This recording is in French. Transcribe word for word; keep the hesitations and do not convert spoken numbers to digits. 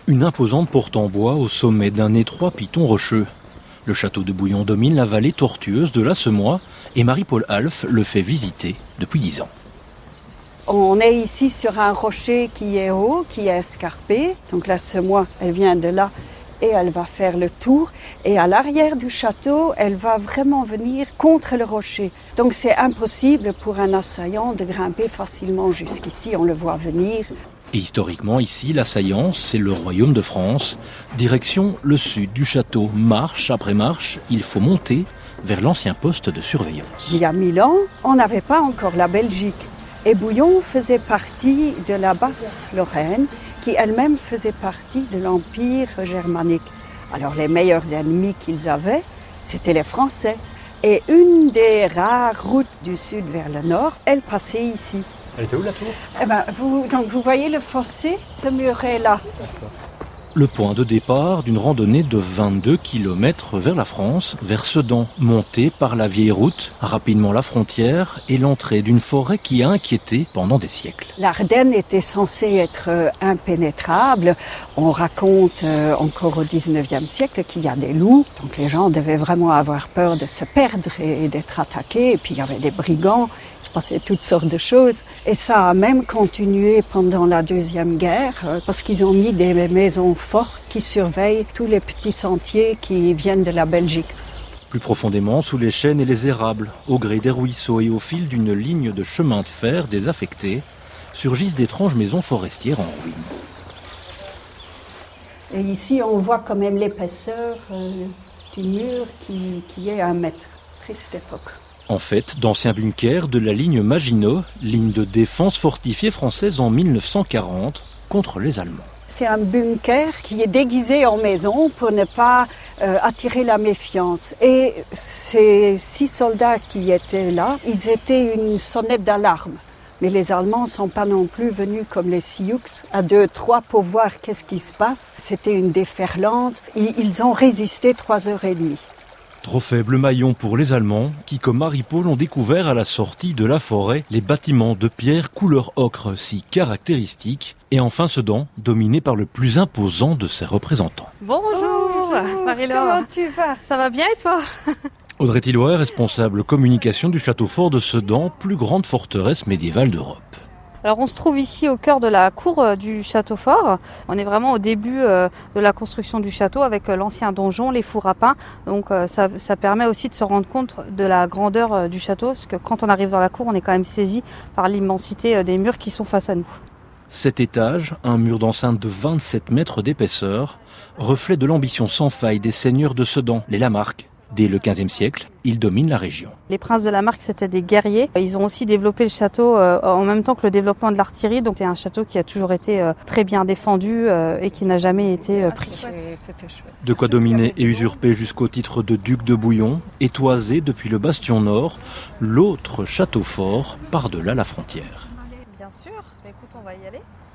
Une imposante porte en bois au sommet d'un étroit piton rocheux. Le château de Bouillon domine la vallée tortueuse de la Semois et Marie-Paul Alf le fait visiter depuis dix ans. On est ici sur un rocher qui est haut, qui est escarpé. Donc la Semois, elle vient de là et elle va faire le tour. Et à l'arrière du château, elle va vraiment venir contre le rocher. Donc c'est impossible pour un assaillant de grimper facilement jusqu'ici. On le voit venir. Et historiquement, ici, l'assaillant, c'est le royaume de France. Direction le sud du château. Marche après marche, il faut monter vers l'ancien poste de surveillance. Il y a mille ans, on n'avait pas encore la Belgique. Et Bouillon faisait partie de la Basse-Lorraine, qui elle-même faisait partie de l'Empire germanique. Alors les meilleurs ennemis qu'ils avaient, c'était les Français. Et une des rares routes du sud vers le nord, elle passait ici. Elle était où la tour ? Eh ben, vous, donc vous voyez le fossé, ce mur est là. Le point de départ d'une randonnée de vingt-deux kilomètres vers la France, vers Sedan, montée par la vieille route, rapidement la frontière et l'entrée d'une forêt qui a inquiété pendant des siècles. L'Ardenne était censée être euh, impénétrable. On raconte euh, encore au dix-neuvième siècle qu'il y a des loups, donc les gens devaient vraiment avoir peur de se perdre et, et d'être attaqués. Et puis il y avait des brigands. Il se passait toutes sortes de choses. Et ça a même continué pendant la Deuxième Guerre, euh, parce qu'ils ont mis des maisons fortes qui surveillent tous les petits sentiers qui viennent de la Belgique. Plus profondément, sous les chênes et les érables, au gré des ruisseaux et au fil d'une ligne de chemin de fer désaffectée, surgissent d'étranges maisons forestières en ruine. Et ici, on voit quand même l'épaisseur euh, du mur qui, qui est à un mètre. Triste époque. En fait, d'anciens bunkers de la ligne Maginot, ligne de défense fortifiée française en mille neuf cent quarante contre les Allemands. C'est un bunker qui est déguisé en maison pour ne pas euh, attirer la méfiance. Et ces six soldats qui étaient là, ils étaient une sonnette d'alarme. Mais les Allemands ne sont pas non plus venus comme les Sioux à deux, trois pour voir qu'est-ce qui se passe. C'était une déferlante. Et ils ont résisté trois heures et demie. Trop faible maillon pour les Allemands qui, comme Marie-Paul, ont découvert à la sortie de la forêt les bâtiments de pierre couleur ocre si caractéristiques et enfin Sedan, dominé par le plus imposant de ses représentants. Bonjour, Bonjour Marie-Laure. Comment tu vas ? Ça va bien et toi ? Audrey Tilloy, responsable communication du château fort de Sedan, plus grande forteresse médiévale d'Europe. Alors on se trouve ici au cœur de la cour du château fort. On est vraiment au début de la construction du château avec l'ancien donjon, les fours à pain. Donc ça, ça permet aussi de se rendre compte de la grandeur du château, parce que quand on arrive dans la cour, on est quand même saisi par l'immensité des murs qui sont face à nous. Sept étages, un mur d'enceinte de vingt-sept mètres d'épaisseur, reflet de l'ambition sans faille des seigneurs de Sedan, les Lamarque. Dès le quinzième siècle, ils dominent la région. Les princes de Lamarque, c'était des guerriers. Ils ont aussi développé le château euh, en même temps que le développement de l'artillerie. Donc c'est un château qui a toujours été euh, très bien défendu euh, et qui n'a jamais été euh, pris. De quoi dominer et usurper jusqu'au titre de duc de Bouillon, et toisé depuis le bastion nord, l'autre château fort par-delà la frontière. Bien sûr, mais écoute, on va y aller.